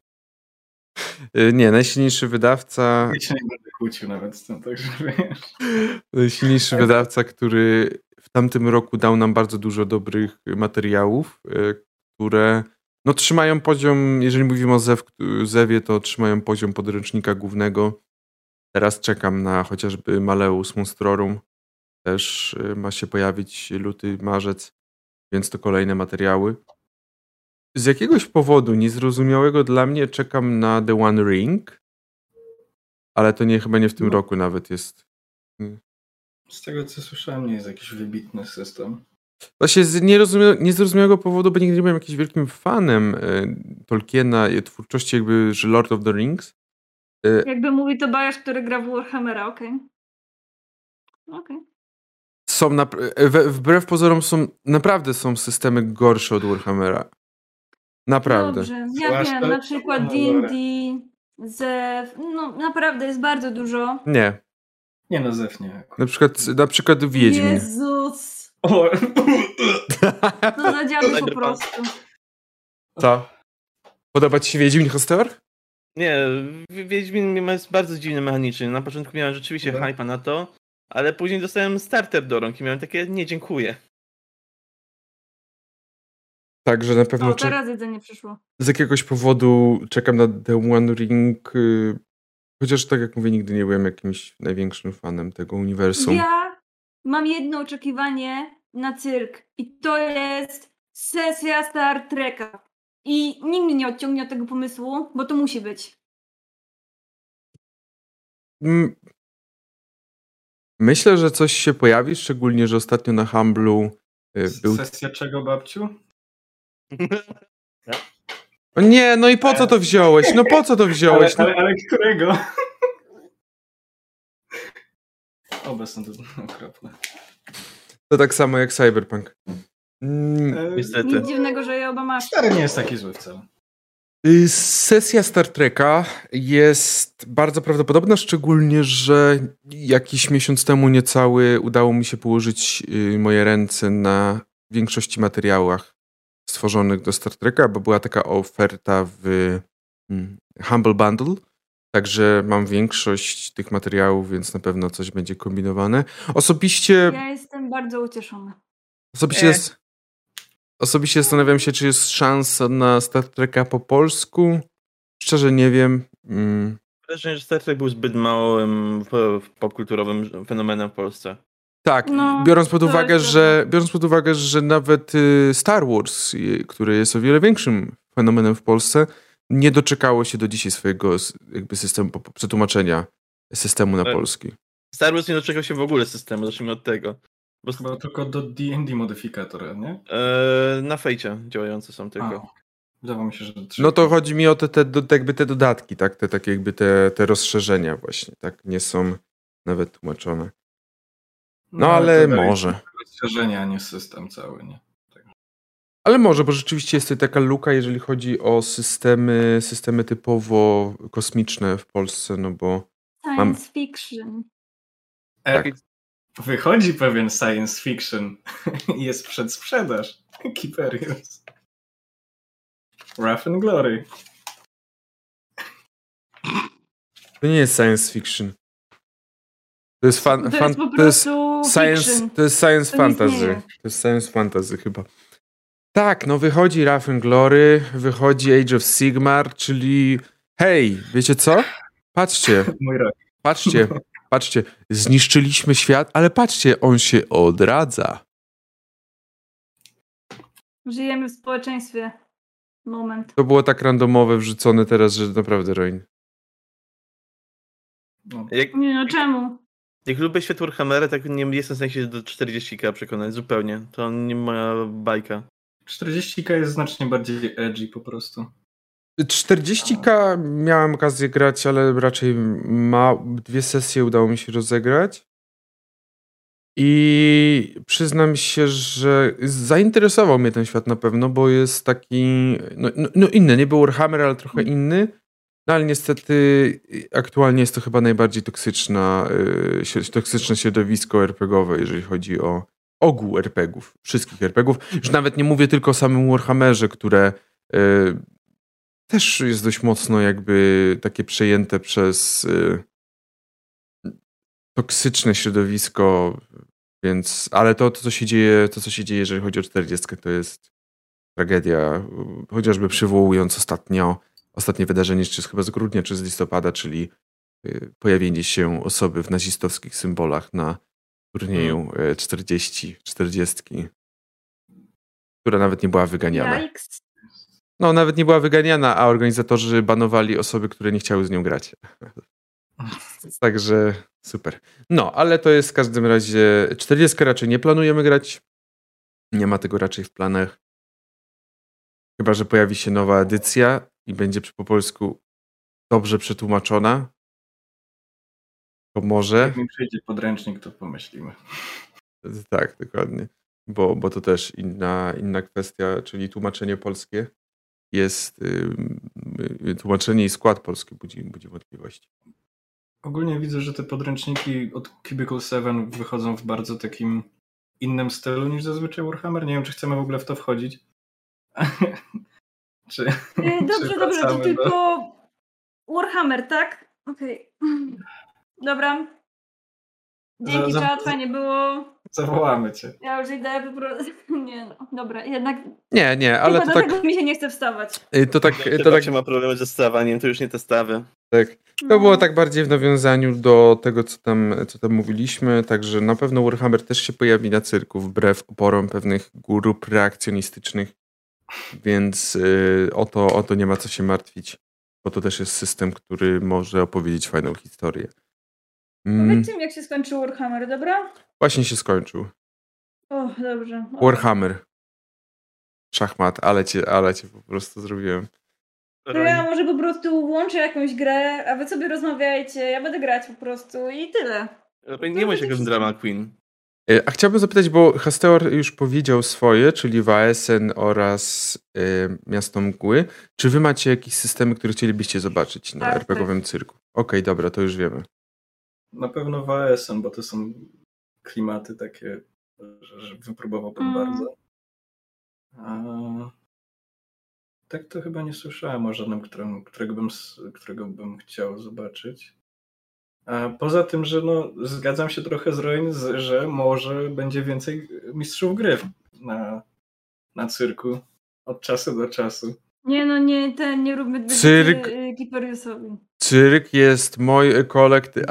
Nie, najsilniejszy wydawca. Ja się nie będę kłócił nawet z tym, także wiesz. Najsilniejszy wydawca, który w tamtym roku dał nam bardzo dużo dobrych materiałów, które trzymają poziom, jeżeli mówimy o Zewie, to trzymają poziom podręcznika głównego. Teraz czekam na chociażby Malleus Monstrorum. Też ma się pojawić luty, marzec, więc to kolejne materiały. Z jakiegoś powodu niezrozumiałego dla mnie czekam na The One Ring, ale to chyba nie w tym roku nawet jest. Z tego co słyszałem, nie jest jakiś wybitny system. Właśnie z niezrozumiałego powodu, bo nigdy nie byłem jakimś wielkim fanem Tolkiena i twórczości jakby, że Lord of the Rings. Jakby mówi Tobiasz, który gra w Warhammera, okej. Są wbrew pozorom naprawdę są systemy gorsze od Warhammera. Naprawdę. Dobrze, ja wiem, na przykład D&D, Zew, naprawdę jest bardzo dużo. Nie. Nie, no Zew nie. Na przykład Wiedźmin. Jezus. O. No za dziady po prostu. Co? Podoba ci się Wiedźmin, Hoster? Nie, Wiedźmin jest bardzo dziwny mechanicznie. Na początku miałem rzeczywiście hype'a na to, ale później dostałem starter do rąk i miałem takie, nie, dziękuję. Także na pewno Teraz jedzenie przyszło. z jakiegoś powodu czekam na The One Ring, chociaż tak jak mówię, nigdy nie byłem jakimś największym fanem tego uniwersum. Ja mam jedno oczekiwanie na cyrk i to jest sesja Star Treka. I nikt mnie nie odciągnie od tego pomysłu, bo to musi być. Myślę, że coś się pojawi, szczególnie, że ostatnio na Humblu był... Sesja czego, babciu? O nie, no i po co to wziąłeś? No po co to wziąłeś? Ale którego? Oba są to okropne. To tak samo jak Cyberpunk. Niestety. Nic dziwnego, że je oba masz. Stary nie jest taki zły wcale. Sesja Star Treka jest bardzo prawdopodobna, szczególnie, że jakiś miesiąc temu niecały udało mi się położyć moje ręce na większości materiałach stworzonych do Star Treka, bo była taka oferta w Humble Bundle, także mam większość tych materiałów, więc na pewno coś będzie kombinowane. Osobiście... Ja jestem bardzo ucieszona. Osobiście zastanawiam się, czy jest szansa na Star Treka po polsku. Szczerze nie wiem. Wrażenie, że Star Trek był zbyt małym popkulturowym fenomenem w Polsce. Tak, biorąc pod uwagę, że nawet Star Wars, który jest o wiele większym fenomenem w Polsce, nie doczekało się do dzisiaj swojego jakby systemu, przetłumaczenia systemu na polski. Star Wars nie doczekał się w ogóle systemu, zacznijmy od tego. Bo chyba tylko do D&D modyfikatora, nie? Na fejcie działające są tylko. Wydawało mi się, że... No to chodzi mi o te dodatki, tak? Te rozszerzenia właśnie, tak? Nie są nawet tłumaczone. No ale może. Rozszerzenia, a nie system cały, nie? Tak. Ale może, bo rzeczywiście jest tutaj taka luka, jeżeli chodzi o systemy typowo kosmiczne w Polsce, no bo... Science fiction. Tak. Wychodzi pewien science fiction i jest przedsprzedaż. Kiperius. Wrath and Glory. To nie jest science fiction. To jest science fantasy. To jest science fantasy chyba. Tak, no wychodzi Wrath and Glory, wychodzi Age of Sigmar, czyli hej, wiecie co? Patrzcie. Mój rok. Patrzcie, zniszczyliśmy świat, ale patrzcie, on się odradza. Żyjemy w społeczeństwie. Moment. To było tak randomowe wrzucone teraz, że naprawdę Roin. No. Nie no, czemu? Jak lubię świat Warhammera, tak nie jestem w stanie się do 40k przekonać, zupełnie. To nie moja bajka. 40k jest znacznie bardziej edgy po prostu. 40k miałem okazję grać, ale raczej 2 sesje udało mi się rozegrać. I przyznam się, że zainteresował mnie ten świat na pewno, bo jest taki no inny, nie był Warhammer, ale trochę inny. No ale niestety aktualnie jest to chyba najbardziej toksyczne środowisko RPGowe, jeżeli chodzi o ogół RPGów, wszystkich RPGów. Już nawet nie mówię tylko o samym Warhammerze, które też jest dość mocno jakby takie przejęte przez toksyczne środowisko, więc, ale to co się dzieje, jeżeli chodzi o 40, to jest tragedia. Chociażby przywołując ostatnie wydarzenie, czy chyba z grudnia, czy z listopada, czyli pojawienie się osoby w nazistowskich symbolach na turnieju 40, która nawet nie była wyganiana. Yikes. No, nawet nie była wyganiana, a organizatorzy banowali osoby, które nie chciały z nią grać. Także super. No, ale to jest w każdym razie 40 raczej nie planujemy grać. Nie ma tego raczej w planach. Chyba że pojawi się nowa edycja i będzie po polsku dobrze przetłumaczona. To może. Jak mi przyjdzie podręcznik, to pomyślimy. Tak, dokładnie. Bo to też inna kwestia, czyli tłumaczenie polskie jest tłumaczenie i skład polski budzi wątpliwości. Ogólnie widzę, że te podręczniki od Cubicle 7 wychodzą w bardzo takim innym stylu niż zazwyczaj Warhammer. Nie wiem, czy chcemy w ogóle w to wchodzić. Dobrze, to tylko Warhammer, tak? Okej. Dobra. Dzięki, czat, fajnie było. Zawołamy cię. Ja już idę po prostu. Nie no, dobra, jednak. Nie, ale to do tak. tego mi się nie chce wstawać. To tak się ma problemy ze stawaniem, to już nie te stawy. Tak. To było tak bardziej w nawiązaniu do tego, co tam mówiliśmy, także na pewno Warhammer też się pojawi na cyrku, wbrew oporom pewnych grup reakcjonistycznych, więc o to nie ma co się martwić, bo to też jest system, który może opowiedzieć fajną historię. Powiedzcie mi, jak się skończył Warhammer, dobra? Właśnie się skończył. O, dobrze. Warhammer. Szachmat, ale cię po prostu zrobiłem. To ja może po prostu włączę jakąś grę, a wy sobie rozmawiajcie, ja będę grać po prostu i tyle. Nie ma się jak Drama Queen. A chciałbym zapytać, bo Hasteor już powiedział swoje, czyli Waesen oraz Miasto Mgły. Czy wy macie jakieś systemy, które chcielibyście zobaczyć na RPG-owym cyrku? Okej, dobra, to już wiemy. Na pewno Waesen, bo to są klimaty takie, że wypróbowałbym bardzo. Tak to chyba nie słyszałem o żadnym, którego bym chciał zobaczyć. A poza tym, że zgadzam się trochę z Roin, że może będzie więcej mistrzów gry na cyrku od czasu do czasu. Nie róbmy Kiperiusowi. Cyrk jest mój kolektyw.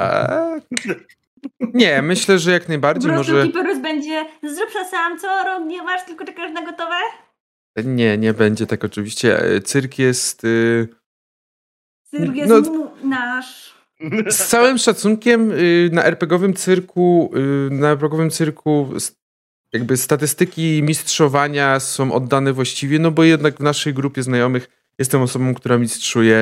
Nie, myślę, że jak najbardziej po prostu może... Kiperius będzie, zrób to sam, co rok nie masz, tylko czekasz na gotowe? Nie będzie tak oczywiście. Cyrk jest... Cyrk jest nasz. Z całym szacunkiem na RPG-owym cyrku jakby statystyki mistrzowania są oddane właściwie, no bo jednak w naszej grupie znajomych jestem osobą, która mistrzuje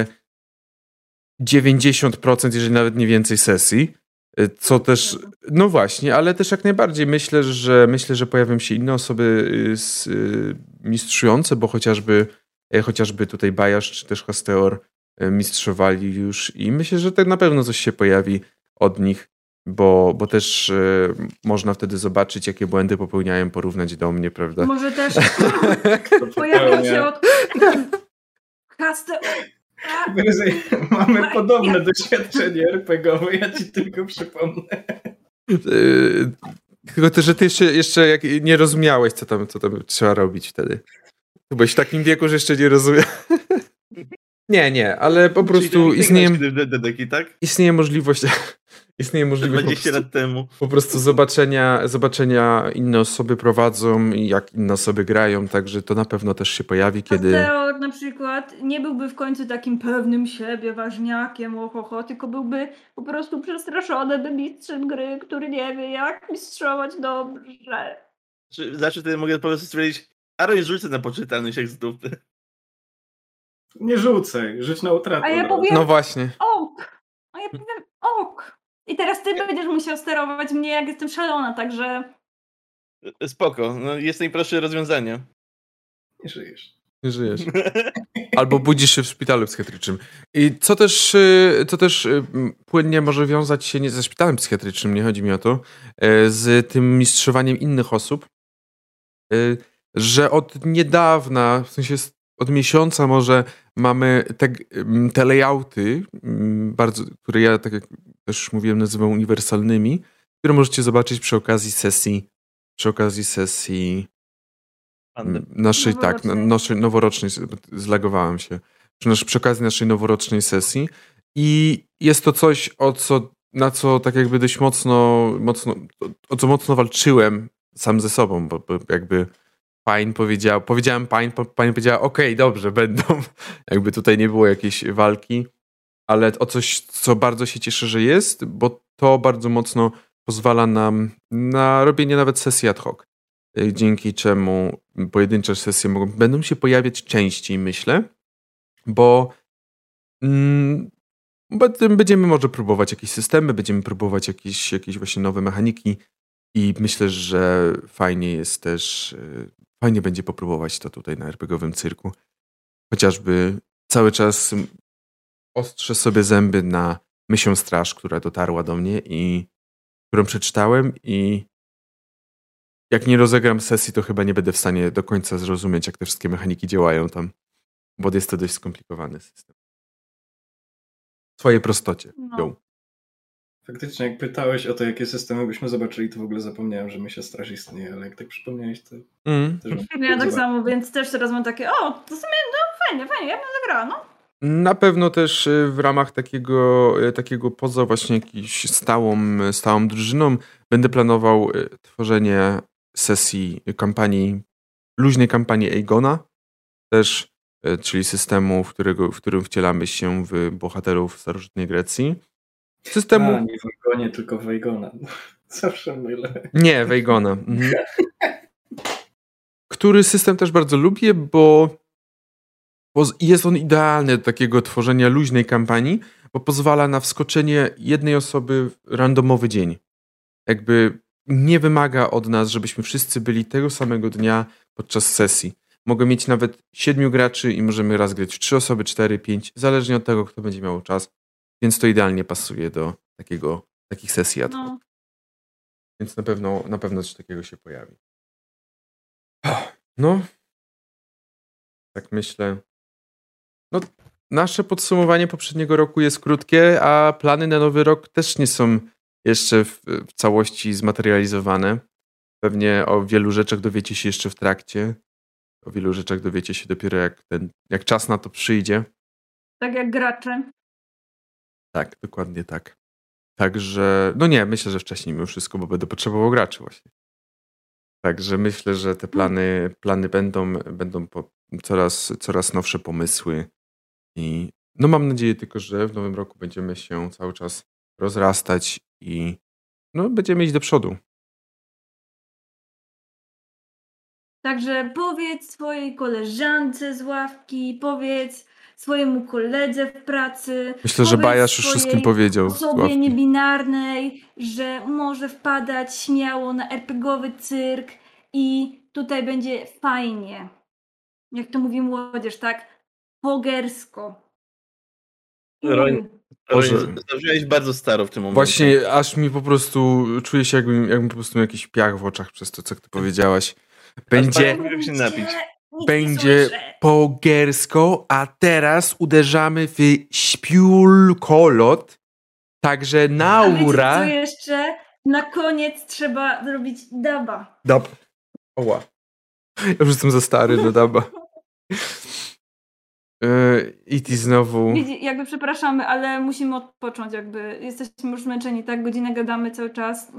90%, jeżeli nawet nie więcej sesji, co też, no właśnie, ale też jak najbardziej myślę, że pojawią się inne osoby mistrzujące, bo chociażby tutaj Bajasz czy też Hasteor mistrzowali już i myślę, że tak na pewno coś się pojawi od nich, bo też można wtedy zobaczyć, jakie błędy popełniają, porównać do mnie, prawda? Może też pojawią się od Hasteor. Mamy podobne doświadczenie RPG-owe, ja ci tylko przypomnę. Tylko to, że ty jeszcze jak nie rozumiałeś, co tam trzeba robić wtedy. Byłeś w takim wieku, że jeszcze nie rozumiem. Nie, ale po prostu istnieje możliwość Istnieje możliwość 20 lat temu. po prostu zobaczenia inne osoby prowadzą i jak inne osoby grają, także to na pewno też się pojawi, kiedy... Teo na przykład nie byłby w końcu takim pewnym siebie, ważniakiem, ohoho, tylko byłby po prostu przestraszony mistrzem gry, który nie wie, jak mistrzować dobrze. Zawsze wtedy mogę po prostu stwierdzić, Aaron rzucę na poczytalność jak z dupy. Nie rzucaj, rzuć na utratę. A ja powiem No właśnie. ok. A ja powiem ok. I teraz ty będziesz musiał sterować mnie, jak jestem szalona, także... Spoko, no jest najprostsze rozwiązanie. Nie żyjesz. Nie żyjesz. Albo budzisz się w szpitalu psychiatrycznym. I co też płynnie może wiązać się nie ze szpitalem psychiatrycznym, nie chodzi mi o to, z tym mistrzowaniem innych osób, że od niedawna, w sensie od miesiąca może mamy te layouty, bardzo, które ja, tak jak też już mówiłem, nazywam uniwersalnymi, które możecie zobaczyć przy okazji sesji naszej, naszej noworocznej, zlagowałem się, przy okazji naszej noworocznej sesji i jest to coś, na co tak jakby dość mocno walczyłem sam ze sobą, bo jakby Pine powiedziałem Pine powiedziała, okej, dobrze, będą, jakby tutaj nie było jakiejś walki, ale o coś, co bardzo się cieszę, że jest, bo to bardzo mocno pozwala nam na robienie nawet sesji ad hoc, dzięki czemu pojedyncze sesje będą się pojawiać częściej, myślę, bo będziemy może próbować jakieś systemy, będziemy próbować jakieś właśnie nowe mechaniki i myślę, że fajnie będzie popróbować to tutaj na RPG-owym cyrku. Chociażby cały czas ostrzę sobie zęby na Mysią Straż, która dotarła do mnie i którą przeczytałem i jak nie rozegram sesji, to chyba nie będę w stanie do końca zrozumieć, jak te wszystkie mechaniki działają tam, bo jest to dość skomplikowany system. W swojej prostocie. No. Faktycznie, jak pytałeś o to, jakie systemy byśmy zobaczyli, to w ogóle zapomniałem, że Mysia Straż istnieje, ale jak tak przypomniałeś, to też Ja tak samo, więc też teraz mam takie, to w sumie, fajnie, ja bym zagrała, no. Na pewno też w ramach takiego poza właśnie jakąś stałą drużyną będę planował tworzenie sesji luźnej kampanii Aegona też, czyli systemu, w którym wcielamy się w bohaterów starożytnej Grecji. Nie w Aegonie, tylko w Aegona. Zawsze mylę. Nie, w Aegona. Mhm. Który system też bardzo lubię, bo jest on idealny do takiego tworzenia luźnej kampanii, bo pozwala na wskoczenie jednej osoby w randomowy dzień. Jakby nie wymaga od nas, żebyśmy wszyscy byli tego samego dnia podczas sesji. Mogę mieć nawet 7 graczy i możemy raz grać w 3 osoby, 4, 5, zależnie od tego, kto będzie miał czas. Więc to idealnie pasuje do takich sesji ad hoc. Więc na pewno coś takiego się pojawi. No, tak myślę. No, nasze podsumowanie poprzedniego roku jest krótkie, a plany na nowy rok też nie są jeszcze w całości zmaterializowane. Pewnie o wielu rzeczach dowiecie się jeszcze w trakcie. O wielu rzeczach dowiecie się dopiero jak czas na to przyjdzie. Tak jak gracze. Tak, dokładnie tak. Także, no nie, myślę, że wcześniej mimo wszystko, bo będę potrzebował graczy właśnie. Także myślę, że te plany będą coraz nowsze pomysły i no mam nadzieję tylko, że w nowym roku będziemy się cały czas rozrastać i no będziemy iść do przodu. Także powiedz swojej koleżance z ławki, powiedz swojemu koledze w pracy. Myślę, że Bajasz już wszystkim powiedział. Osobie niebinarnej, że może wpadać śmiało na RPG-owy cyrk i tutaj będzie fajnie. Jak to mówi młodzież, tak? Pogersko. Zabrzmiałeś bardzo staro w tym momencie. Właśnie aż mi po prostu czuję się jakbym po prostu miał jakiś piach w oczach przez to, co ty powiedziałaś. Będzie pogersko, a teraz uderzamy w śpiulkolot. Także Naura... A wiecie, co jeszcze? Na koniec trzeba zrobić daba. Oła. Ja już jestem za stary do daba. IT znowu. Jakby przepraszamy, ale musimy odpocząć jakby. Jesteśmy już zmęczeni, tak? Godzinę gadamy cały czas.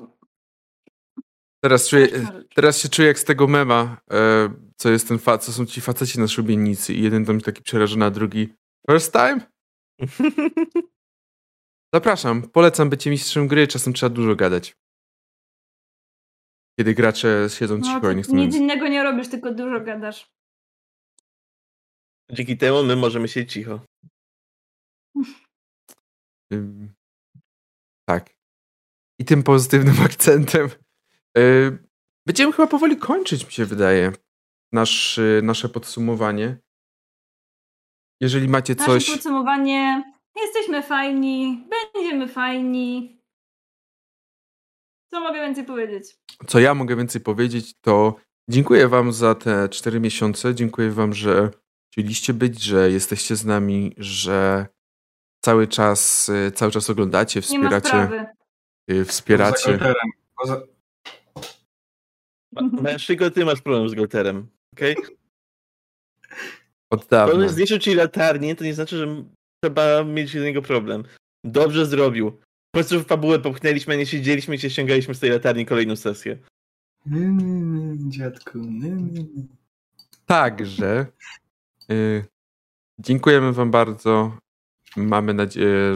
Teraz się czuję jak z tego mema, co jest co są ci faceci na szubienicy i jeden tam taki przerażony, a drugi first time? Zapraszam, polecam bycie mistrzem gry, czasem trzeba dużo gadać. Kiedy gracze siedzą cicho i nie chcą nic innego nie robisz, tylko dużo gadasz. Dzięki temu my możemy siedzieć cicho. Tak. I tym pozytywnym akcentem będziemy chyba powoli kończyć, mi się wydaje, nasze podsumowanie. Jeżeli macie coś... Nasze podsumowanie, jesteśmy fajni, będziemy fajni. Co mogę więcej powiedzieć? Co ja mogę więcej powiedzieć, to dziękuję wam za te 4 miesiące, dziękuję wam, że chcieliście być, że jesteście z nami, że cały czas oglądacie, wspieracie. Wspieracie. Mężczyzno, ty masz problem z Golterem, okej? Od dawna. To, że zniszczył ci latarnię, to nie znaczy, że trzeba mieć do niego problem. Dobrze zrobił. W końcu w fabułę popchnęliśmy, a nie siedzieliśmy i cię ściągaliśmy z tej latarni kolejną sesję. Dziadku. Także dziękujemy wam bardzo. Mamy nadzieję,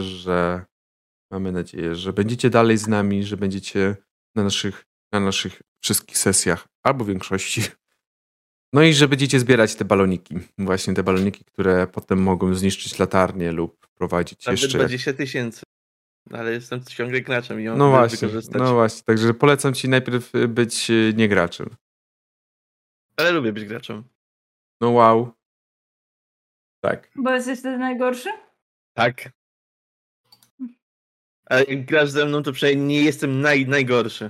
że będziecie dalej z nami, że będziecie na naszych wszystkich sesjach, albo większości. No i że będziecie zbierać te baloniki. Właśnie te baloniki, które potem mogą zniszczyć latarnię lub prowadzić Nawet jeszcze... 20 000. Ale jestem ciągle graczem i ją wykorzystać. No właśnie, także polecam ci najpierw być niegraczem. Ale lubię być graczem. No wow. Tak. Bo jesteś wtedy najgorszy? Tak. Ale jak grasz ze mną, to przynajmniej nie jestem najgorszy.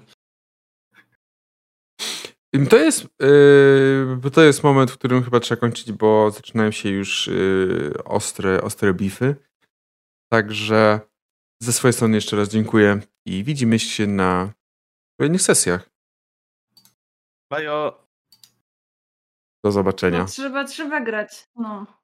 To jest moment, w którym chyba trzeba kończyć, bo zaczynają się już ostre bify. Także ze swojej strony jeszcze raz dziękuję i widzimy się na kolejnych sesjach. Bajo. Do zobaczenia. No, trzeba grać. No.